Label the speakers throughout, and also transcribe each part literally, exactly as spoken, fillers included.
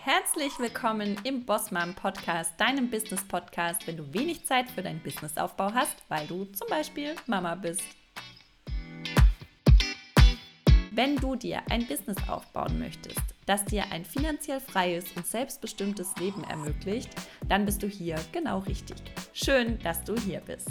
Speaker 1: Herzlich willkommen im Boss Mom Podcast, deinem Business Podcast, wenn du wenig Zeit für deinen Businessaufbau hast, weil du zum Beispiel Mama bist. Wenn du dir ein Business aufbauen möchtest, das dir ein finanziell freies und selbstbestimmtes Leben ermöglicht, dann bist du hier genau richtig. Schön, dass du hier bist.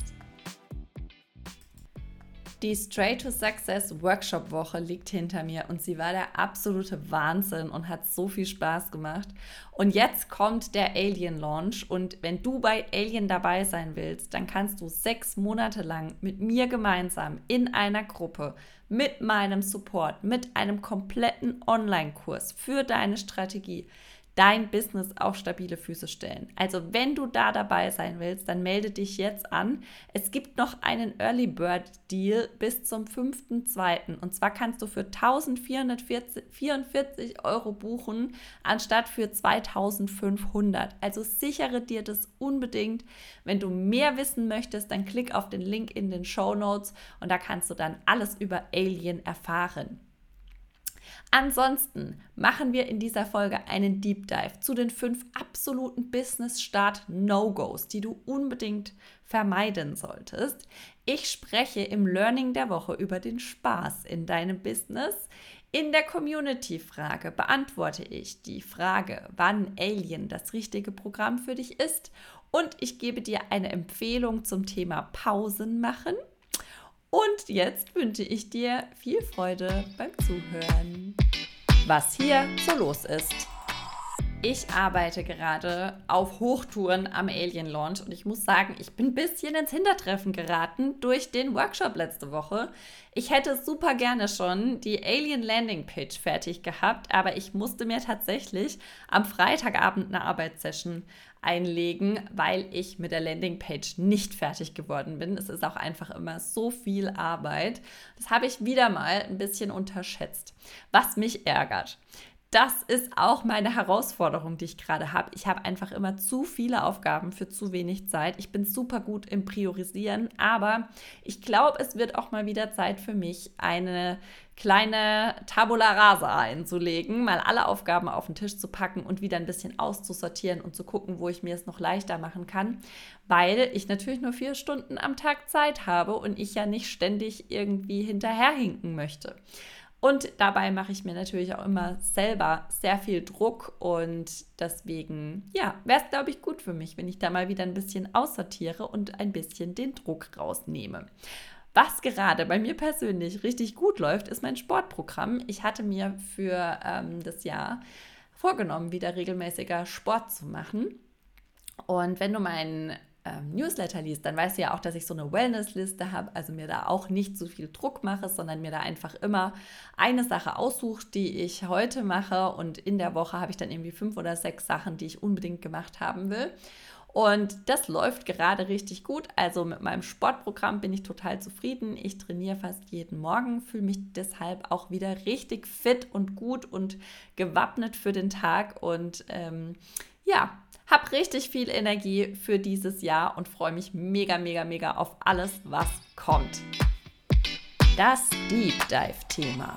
Speaker 1: Die Straight to Success Workshop Woche liegt hinter mir und sie war der absolute Wahnsinn und hat so viel Spaß gemacht. Und jetzt kommt der Alien Launch und wenn du bei Alien dabei sein willst, dann kannst du sechs Monate lang mit mir gemeinsam in einer Gruppe, mit meinem Support, mit einem kompletten Online-Kurs für deine Strategie dein Business auf stabile Füße stellen. Also wenn du da dabei sein willst, dann melde dich jetzt an. Es gibt noch einen Early Bird Deal bis zum fünften zweiten und zwar kannst du für eintausendvierhundertvierundvierzig Euro buchen, anstatt für zweitausendfünfhundert. Also sichere dir das unbedingt. Wenn du mehr wissen möchtest, dann klick auf den Link in den Shownotes und da kannst du dann alles über Alien erfahren. Ansonsten machen wir in dieser Folge einen Deep Dive zu den fünf absoluten Business-Start-No-Gos, die du unbedingt vermeiden solltest. Ich spreche im Learning der Woche über den Spaß in deinem Business. In der Community-Frage beantworte ich die Frage, wann Alien das richtige Programm für dich ist. Und ich gebe dir eine Empfehlung zum Thema Pausen machen. Und jetzt wünsche ich dir viel Freude beim Zuhören. Was hier so los ist. Ich arbeite gerade auf Hochtouren am Alien Launch und ich muss sagen, ich bin ein bisschen ins Hintertreffen geraten durch den Workshop letzte Woche. Ich hätte super gerne schon die Alien Landing Page fertig gehabt, aber ich musste mir tatsächlich am Freitagabend eine Arbeitssession einlegen, weil ich mit der Landingpage nicht fertig geworden bin. Es ist auch einfach immer so viel Arbeit. Das habe ich wieder mal ein bisschen unterschätzt, was mich ärgert. Das ist auch meine Herausforderung, die ich gerade habe. Ich habe einfach immer zu viele Aufgaben für zu wenig Zeit. Ich bin super gut im Priorisieren, aber ich glaube, es wird auch mal wieder Zeit für mich, eine kleine Tabula Rasa einzulegen, mal alle Aufgaben auf den Tisch zu packen und wieder ein bisschen auszusortieren und zu gucken, wo ich mir es noch leichter machen kann, weil ich natürlich nur vier Stunden am Tag Zeit habe und ich ja nicht ständig irgendwie hinterherhinken möchte. Und dabei mache ich mir natürlich auch immer selber sehr viel Druck und deswegen, ja, wäre es, glaube ich, gut für mich, wenn ich da mal wieder ein bisschen aussortiere und ein bisschen den Druck rausnehme. Was gerade bei mir persönlich richtig gut läuft, ist mein Sportprogramm. Ich hatte mir für ähm, das Jahr vorgenommen, wieder regelmäßiger Sport zu machen. Und wenn du meinen ähm, Newsletter liest, dann weißt du ja auch, dass ich so eine Wellness-Liste habe, also mir da auch nicht so viel Druck mache, sondern mir da einfach immer eine Sache aussuche, die ich heute mache und in der Woche habe ich dann irgendwie fünf oder sechs Sachen, die ich unbedingt gemacht haben will. Und das läuft gerade richtig gut. Also mit meinem Sportprogramm bin ich total zufrieden. Ich trainiere fast jeden Morgen, fühle mich deshalb auch wieder richtig fit und gut und gewappnet für den Tag und ähm, ja, habe richtig viel Energie für dieses Jahr und freue mich mega, mega, mega auf alles, was kommt. Das Deep Dive-Thema.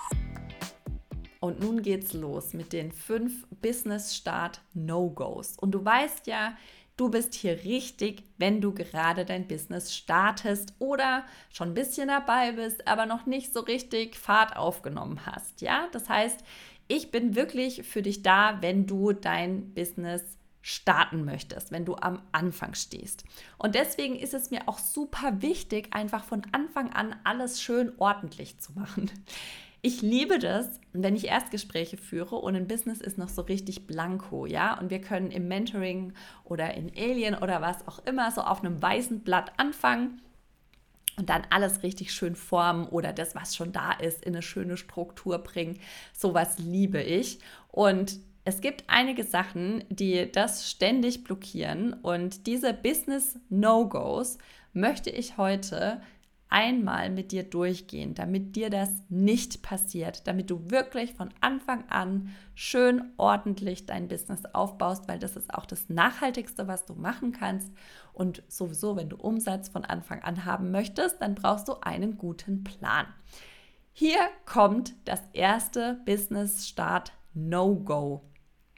Speaker 1: Und nun geht's los mit den fünf Business-Start-No-Gos. Und du weißt ja, du bist hier richtig, wenn du gerade dein Business startest oder schon ein bisschen dabei bist, aber noch nicht so richtig Fahrt aufgenommen hast. Ja, das heißt, ich bin wirklich für dich da, wenn du dein Business starten möchtest, wenn du am Anfang stehst. Und deswegen ist es mir auch super wichtig, einfach von Anfang an alles schön ordentlich zu machen. Ich liebe das, wenn ich Erstgespräche führe und ein Business ist noch so richtig blanko, ja, und wir können im Mentoring oder in Alien oder was auch immer so auf einem weißen Blatt anfangen und dann alles richtig schön formen oder das, was schon da ist, in eine schöne Struktur bringen. Sowas liebe ich. Und es gibt einige Sachen, die das ständig blockieren und diese Business-No-Gos möchte ich heute einmal mit dir durchgehen, damit dir das nicht passiert, damit du wirklich von Anfang an schön ordentlich dein Business aufbaust, weil das ist auch das Nachhaltigste, was du machen kannst. Und sowieso, wenn du Umsatz von Anfang an haben möchtest, dann brauchst du einen guten Plan. Hier kommt das erste Business-Start-No-Go.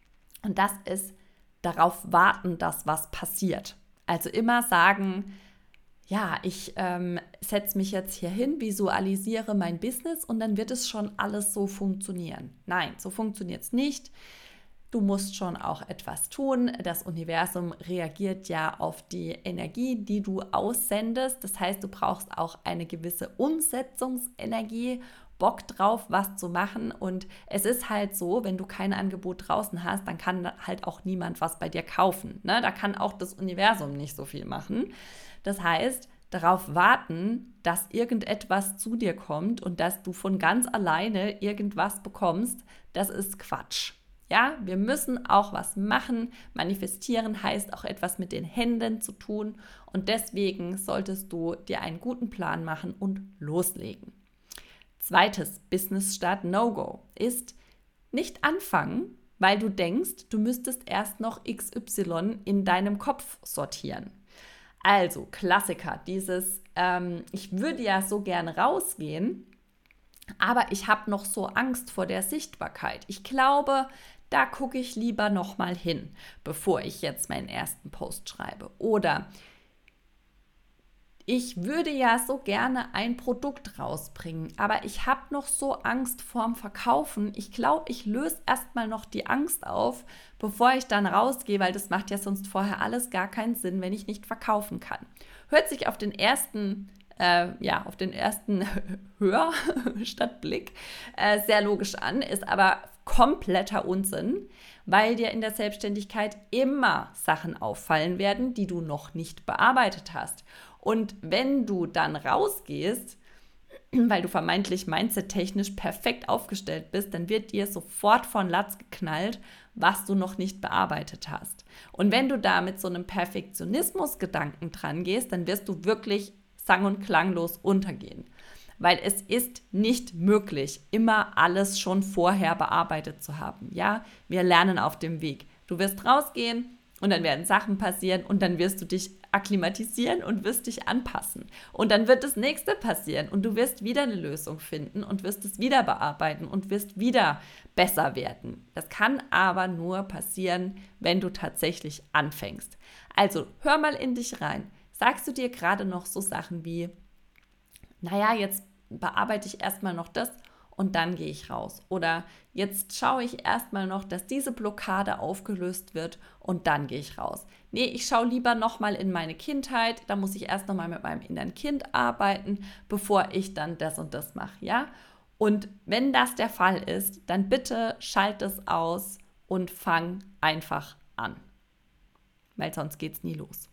Speaker 1: Und das ist darauf warten, dass was passiert. Also immer sagen, ja, ich ähm, setze mich jetzt hier hin, visualisiere mein Business und dann wird es schon alles so funktionieren. Nein, so funktioniert es nicht. Du musst schon auch etwas tun. Das Universum reagiert ja auf die Energie, die du aussendest. Das heißt, du brauchst auch eine gewisse Umsetzungsenergie, Bock drauf, was zu machen. Und es ist halt so, wenn du kein Angebot draußen hast, dann kann halt auch niemand was bei dir kaufen. Ne? Da kann auch das Universum nicht so viel machen. Das heißt, darauf warten, dass irgendetwas zu dir kommt und dass du von ganz alleine irgendwas bekommst, das ist Quatsch. Ja, wir müssen auch was machen. Manifestieren heißt auch etwas mit den Händen zu tun und deswegen solltest du dir einen guten Plan machen und loslegen. Zweites Business-Start No-Go ist nicht anfangen, weil du denkst, du müsstest erst noch X Y in deinem Kopf sortieren. Also Klassiker, dieses, ähm, ich würde ja so gerne rausgehen, aber ich habe noch so Angst vor der Sichtbarkeit. Ich glaube, da gucke ich lieber noch mal hin, bevor ich jetzt meinen ersten Post schreibe. Oder ich würde ja so gerne ein Produkt rausbringen, aber ich habe noch so Angst vorm Verkaufen. Ich glaube, ich löse erstmal noch die Angst auf, bevor ich dann rausgehe, weil das macht ja sonst vorher alles gar keinen Sinn, wenn ich nicht verkaufen kann. Hört sich auf den ersten Äh, ja, auf den ersten Hör statt Blick äh, sehr logisch an, ist aber kompletter Unsinn, weil dir in der Selbstständigkeit immer Sachen auffallen werden, die du noch nicht bearbeitet hast. Und wenn du dann rausgehst, weil du vermeintlich mindset-technisch perfekt aufgestellt bist, dann wird dir sofort von Latz geknallt, was du noch nicht bearbeitet hast. Und wenn du da mit so einem Perfektionismus-Gedanken dran gehst, dann wirst du wirklich sang- und klanglos untergehen. Weil es ist nicht möglich, immer alles schon vorher bearbeitet zu haben. Ja, wir lernen auf dem Weg. Du wirst rausgehen und dann werden Sachen passieren und dann wirst du dich akklimatisieren und wirst dich anpassen. Und dann wird das nächste passieren und du wirst wieder eine Lösung finden und wirst es wieder bearbeiten und wirst wieder besser werden. Das kann aber nur passieren, wenn du tatsächlich anfängst. Also hör mal in dich rein. Sagst du dir gerade noch so Sachen wie, naja, jetzt bearbeite ich erstmal noch das und dann gehe ich raus. Oder jetzt schaue ich erstmal noch, dass diese Blockade aufgelöst wird und dann gehe ich raus. Nee, ich schaue lieber nochmal in meine Kindheit, da muss ich erst nochmal mit meinem inneren Kind arbeiten, bevor ich dann das und das mache, ja? Und wenn das der Fall ist, dann bitte schalt es aus und fang einfach an. Weil sonst geht es nie los.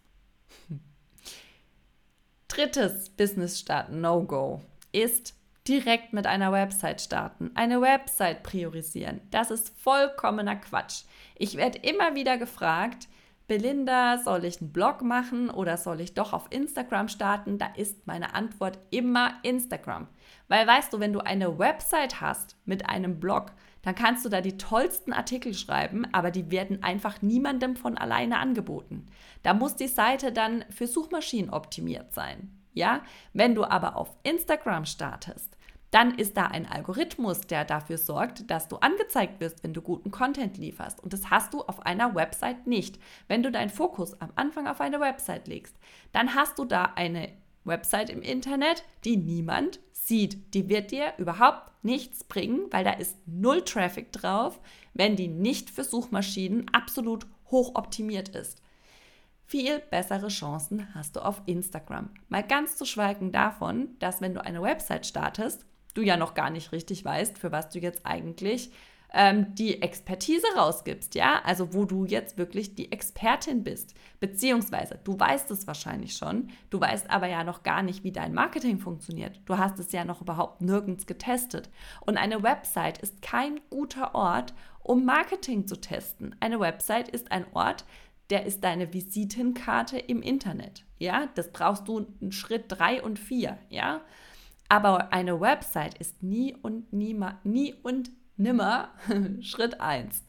Speaker 1: Drittes Business-Start-No-Go ist direkt mit einer Website starten, eine Website priorisieren. Das ist vollkommener Quatsch. Ich werde immer wieder gefragt, Belinda, soll ich einen Blog machen oder soll ich doch auf Instagram starten? Da ist meine Antwort immer Instagram. Weil weißt du, wenn du eine Website hast mit einem Blog, dann kannst du da die tollsten Artikel schreiben, aber die werden einfach niemandem von alleine angeboten. Da muss die Seite dann für Suchmaschinen optimiert sein. Ja? Wenn du aber auf Instagram startest, dann ist da ein Algorithmus, der dafür sorgt, dass du angezeigt wirst, wenn du guten Content lieferst. Und das hast du auf einer Website nicht. Wenn du deinen Fokus am Anfang auf eine Website legst, dann hast du da eine Website im Internet, die niemand sieht. Die wird dir überhaupt nichts bringen, weil da ist null Traffic drauf, wenn die nicht für Suchmaschinen absolut hoch optimiert ist. Viel bessere Chancen hast du auf Instagram. Mal ganz zu schweigen davon, dass wenn du eine Website startest, du ja noch gar nicht richtig weißt, für was du jetzt eigentlich ähm, die Expertise rausgibst, ja? Also wo du jetzt wirklich die Expertin bist. Beziehungsweise, du weißt es wahrscheinlich schon, du weißt aber ja noch gar nicht, wie dein Marketing funktioniert. Du hast es ja noch überhaupt nirgends getestet. Und eine Website ist kein guter Ort, um Marketing zu testen. Eine Website ist ein Ort, der ist deine Visitenkarte im Internet. Ja, das brauchst du in Schritt drei und vier, ja. Aber eine Website ist nie und niema, nie und nimmer Schritt eins.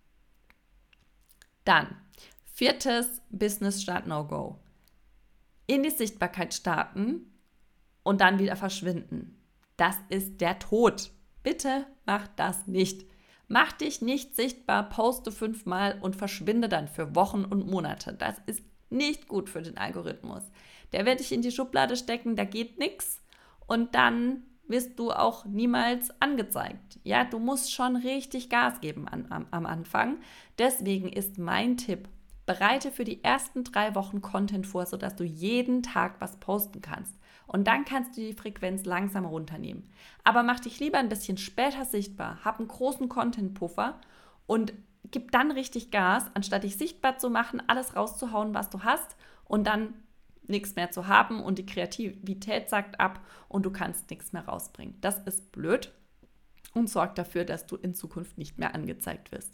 Speaker 1: Dann, viertes Business-Start-No-Go. In die Sichtbarkeit starten und dann wieder verschwinden. Das ist der Tod. Bitte mach das nicht. Mach dich nicht sichtbar, poste fünfmal und verschwinde dann für Wochen und Monate. Das ist nicht gut für den Algorithmus. Der wird dich in die Schublade stecken, da geht nichts und dann wirst du auch niemals angezeigt. Ja, du musst schon richtig Gas geben an, am, am Anfang. Deswegen ist mein Tipp, bereite für die ersten drei Wochen Content vor, sodass du jeden Tag was posten kannst. Und dann kannst du die Frequenz langsam runternehmen. Aber mach dich lieber ein bisschen später sichtbar, hab einen großen Content-Puffer und gib dann richtig Gas, anstatt dich sichtbar zu machen, alles rauszuhauen, was du hast und dann nichts mehr zu haben und die Kreativität sagt ab und du kannst nichts mehr rausbringen. Das ist blöd und sorgt dafür, dass du in Zukunft nicht mehr angezeigt wirst.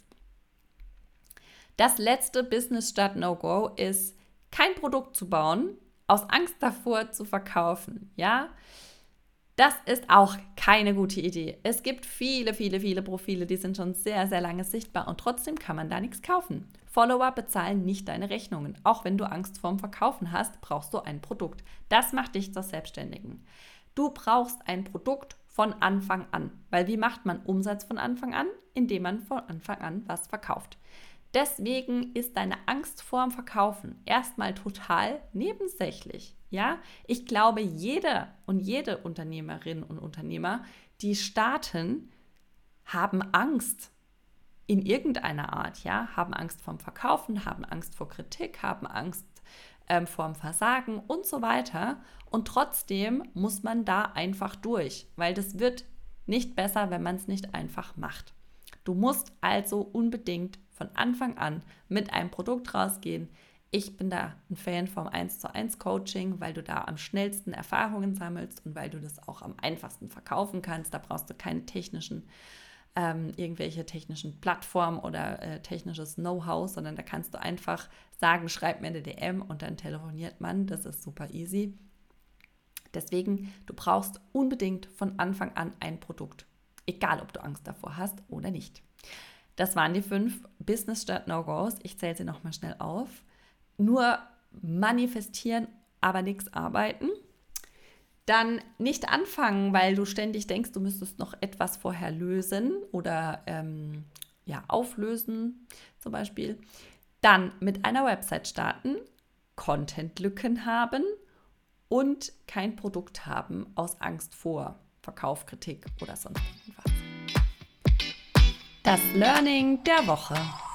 Speaker 1: Das letzte Business Start No-Go ist, kein Produkt zu bauen, aus Angst davor zu verkaufen. Ja, das ist auch keine gute Idee. Es gibt viele, viele, viele Profile, die sind schon sehr, sehr lange sichtbar und trotzdem kann man da nichts kaufen. Follower bezahlen nicht deine Rechnungen. Auch wenn du Angst vorm Verkaufen hast, brauchst du ein Produkt. Das macht dich zur Selbstständigen. Du brauchst ein Produkt von Anfang an. Weil wie macht man Umsatz von Anfang an? Indem man von Anfang an was verkauft. Deswegen ist deine Angst vorm Verkaufen erstmal total nebensächlich. Ja? Ich glaube, jeder und jede Unternehmerin und Unternehmer, die starten, haben Angst in irgendeiner Art, ja, haben Angst vorm Verkaufen, haben Angst vor Kritik, haben Angst ähm, vorm Versagen und so weiter. Und trotzdem muss man da einfach durch, weil das wird nicht besser, wenn man es nicht einfach macht. Du musst also unbedingt von Anfang an mit einem Produkt rausgehen. Ich bin da ein Fan vom eins zu eins Coaching, weil du da am schnellsten Erfahrungen sammelst und weil du das auch am einfachsten verkaufen kannst. Da brauchst du keine technischen Ähm, irgendwelche technischen Plattformen oder äh, technisches Know-how, sondern da kannst du einfach sagen, schreib mir eine D M und dann telefoniert man. Das ist super easy. Deswegen, du brauchst unbedingt von Anfang an ein Produkt. Egal, ob du Angst davor hast oder nicht. Das waren die fünf Business Start No-Gos. Ich zähle sie nochmal schnell auf. Nur manifestieren, aber nichts arbeiten. Dann nicht anfangen, weil du ständig denkst, du müsstest noch etwas vorher lösen oder ähm, ja, auflösen zum Beispiel. Dann mit einer Website starten, Content-Lücken haben und kein Produkt haben aus Angst vor Verkauf, Kritik oder sonst irgendwas. Das Learning der Woche.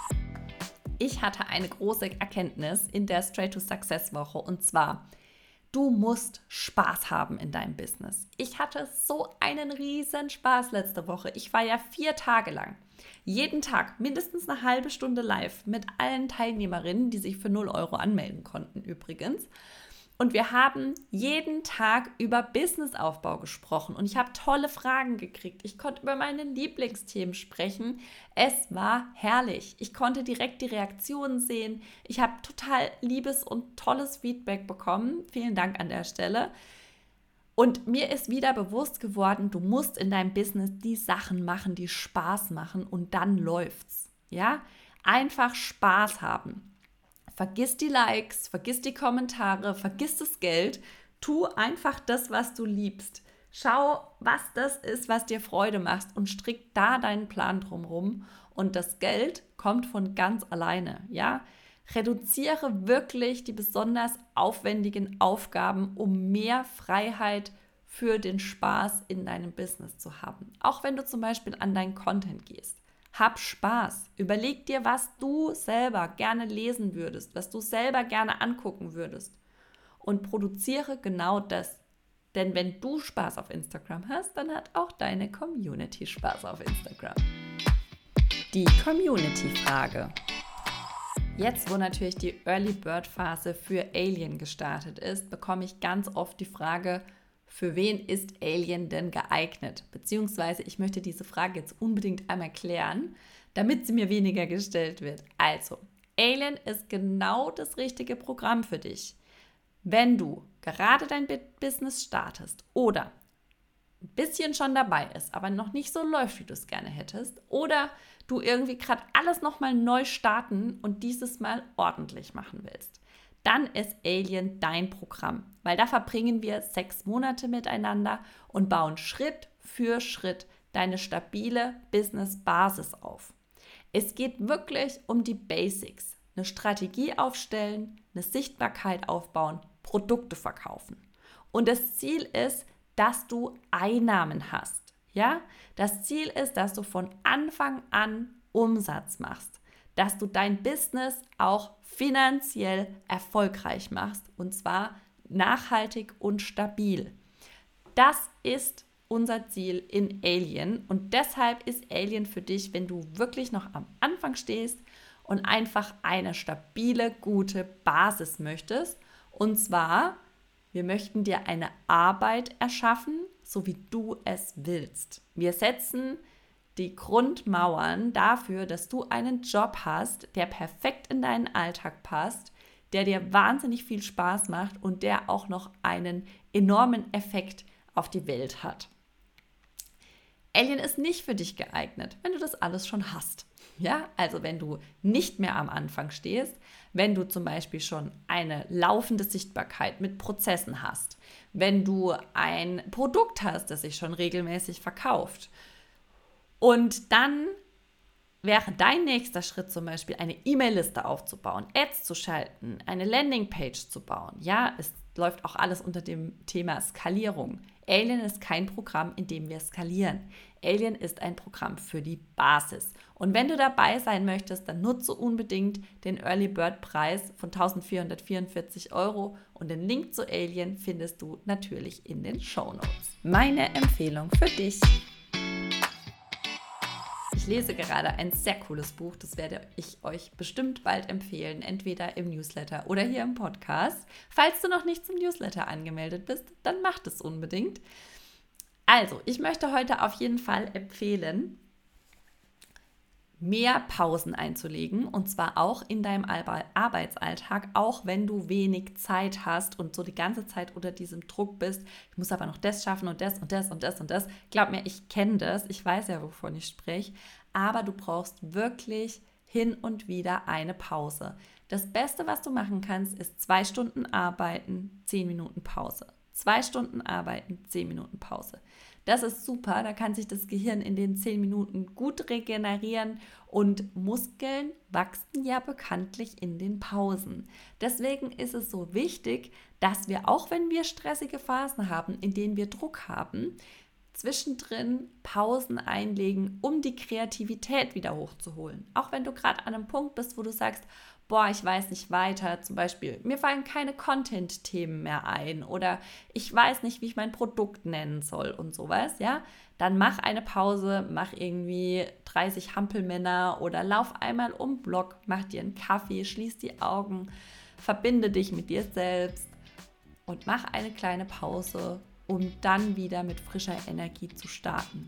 Speaker 1: Ich hatte eine große Erkenntnis in der Straight to Success Woche und zwar: Du musst Spaß haben in deinem Business. Ich hatte so einen riesen Spaß letzte Woche. Ich war ja vier Tage lang, jeden Tag mindestens eine halbe Stunde live mit allen Teilnehmerinnen, die sich für null Euro anmelden konnten übrigens. Und wir haben jeden Tag über Businessaufbau gesprochen und ich habe tolle Fragen gekriegt. Ich konnte über meine Lieblingsthemen sprechen. Es war herrlich. Ich konnte direkt die Reaktionen sehen. Ich habe total liebes und tolles Feedback bekommen. Vielen Dank an der Stelle. Und mir ist wieder bewusst geworden, du musst in deinem Business die Sachen machen, die Spaß machen und dann läuft's. Ja? Einfach Spaß haben. Vergiss die Likes, vergiss die Kommentare, vergiss das Geld. Tu einfach das, was du liebst. Schau, was das ist, was dir Freude macht und strick da deinen Plan drumherum. Und das Geld kommt von ganz alleine. Ja? Reduziere wirklich die besonders aufwendigen Aufgaben, um mehr Freiheit für den Spaß in deinem Business zu haben. Auch wenn du zum Beispiel an deinen Content gehst. Hab Spaß. Überleg dir, was du selber gerne lesen würdest, was du selber gerne angucken würdest. Und produziere genau das. Denn wenn du Spaß auf Instagram hast, dann hat auch deine Community Spaß auf Instagram. Die Community-Frage. Jetzt, wo natürlich die Early Bird Phase für Alien gestartet ist, bekomme ich ganz oft die Frage, für wen ist Alien denn geeignet? Beziehungsweise ich möchte diese Frage jetzt unbedingt einmal klären, damit sie mir weniger gestellt wird. Also, Alien ist genau das richtige Programm für dich. Wenn du gerade dein Business startest oder ein bisschen schon dabei ist, aber noch nicht so läuft, wie du es gerne hättest, oder du irgendwie gerade alles nochmal neu starten und dieses Mal ordentlich machen willst, dann ist Alien dein Programm, weil da verbringen wir sechs Monate miteinander und bauen Schritt für Schritt deine stabile Business-Basis auf. Es geht wirklich um die Basics. Eine Strategie aufstellen, eine Sichtbarkeit aufbauen, Produkte verkaufen. Und das Ziel ist, dass du Einnahmen hast. Ja? Das Ziel ist, dass du von Anfang an Umsatz machst, dass du dein Business auch finanziell erfolgreich machst und zwar nachhaltig und stabil. Das ist unser Ziel in Alien und deshalb ist Alien für dich, wenn du wirklich noch am Anfang stehst und einfach eine stabile, gute Basis möchtest. Und zwar, wir möchten dir eine Arbeit erschaffen, so wie du es willst. Wir setzen die Grundmauern dafür, dass du einen Job hast, der perfekt in deinen Alltag passt, der dir wahnsinnig viel Spaß macht und der auch noch einen enormen Effekt auf die Welt hat. Alien ist nicht für dich geeignet, wenn du das alles schon hast. Ja, also wenn du nicht mehr am Anfang stehst, wenn du zum Beispiel schon eine laufende Sichtbarkeit mit Prozessen hast, wenn du ein Produkt hast, das sich schon regelmäßig verkauft. Und dann wäre dein nächster Schritt zum Beispiel, eine E-Mail-Liste aufzubauen, Ads zu schalten, eine Landingpage zu bauen. Ja, es läuft auch alles unter dem Thema Skalierung. Alien ist kein Programm, in dem wir skalieren. Alien ist ein Programm für die Basis. Und wenn du dabei sein möchtest, dann nutze unbedingt den Early Bird Preis von eintausendvierhundertvierundvierzig Euro und den Link zu Alien findest du natürlich in den Shownotes. Meine Empfehlung für dich. Ich lese gerade ein sehr cooles Buch, das werde ich euch bestimmt bald empfehlen, entweder im Newsletter oder hier im Podcast. Falls du noch nicht zum Newsletter angemeldet bist, dann mach das unbedingt. Also, ich möchte heute auf jeden Fall empfehlen, mehr Pausen einzulegen und zwar auch in deinem Arbeitsalltag, auch wenn du wenig Zeit hast und so die ganze Zeit unter diesem Druck bist. Ich muss aber noch das schaffen und das und das und das und das. Glaub mir, ich kenne das, ich weiß ja, wovon ich spreche, aber du brauchst wirklich hin und wieder eine Pause. Das Beste, was du machen kannst, ist zwei Stunden arbeiten, zehn Minuten Pause. Zwei Stunden arbeiten, zehn Minuten Pause. Das ist super, da kann sich das Gehirn in den zehn Minuten gut regenerieren und Muskeln wachsen ja bekanntlich in den Pausen. Deswegen ist es so wichtig, dass wir, auch wenn wir stressige Phasen haben, in denen wir Druck haben, zwischendrin Pausen einlegen, um die Kreativität wieder hochzuholen. Auch wenn du gerade an einem Punkt bist, wo du sagst, boah, ich weiß nicht weiter, zum Beispiel, mir fallen keine Content-Themen mehr ein oder ich weiß nicht, wie ich mein Produkt nennen soll und sowas, ja, dann mach eine Pause, mach irgendwie dreißig Hampelmänner oder lauf einmal um den Block, mach dir einen Kaffee, schließ die Augen, verbinde dich mit dir selbst und mach eine kleine Pause, um dann wieder mit frischer Energie zu starten.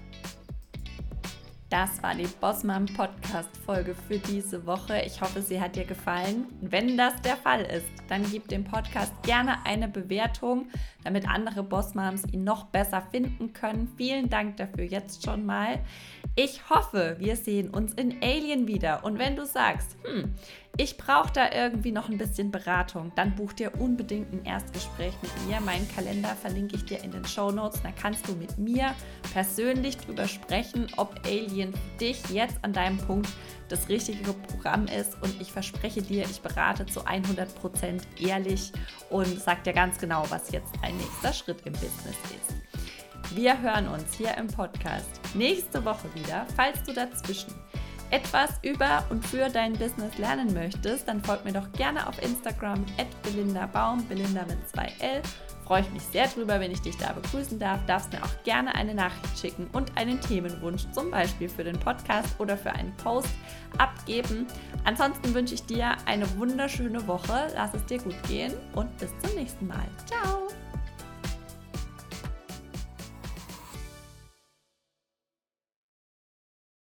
Speaker 1: Das war die Boss Mom Podcast Folge für diese Woche. Ich hoffe, sie hat dir gefallen. Wenn das der Fall ist, dann gib dem Podcast gerne eine Bewertung, damit andere Boss Moms ihn noch besser finden können. Vielen Dank dafür jetzt schon mal. Ich hoffe, wir sehen uns in Alien wieder. Und wenn du sagst, hm, ich brauche da irgendwie noch ein bisschen Beratung, dann buch dir unbedingt ein Erstgespräch mit mir. Meinen Kalender verlinke ich dir in den Shownotes. Da kannst du mit mir persönlich drüber sprechen, ob Alien für dich jetzt an deinem Punkt das richtige Programm ist. Und ich verspreche dir, ich berate zu hundert Prozent ehrlich und sage dir ganz genau, was jetzt ein nächster Schritt im Business ist. Wir hören uns hier im Podcast nächste Woche wieder. Falls du dazwischen etwas über und für dein Business lernen möchtest, dann folg mir doch gerne auf Instagram at belinda baum, Belinda mit zwei L. Freue ich mich sehr drüber, wenn ich dich da begrüßen darf. Darfst mir auch gerne eine Nachricht schicken und einen Themenwunsch, zum Beispiel für den Podcast oder für einen Post, abgeben. Ansonsten wünsche ich dir eine wunderschöne Woche. Lass es dir gut gehen und bis zum nächsten Mal. Ciao!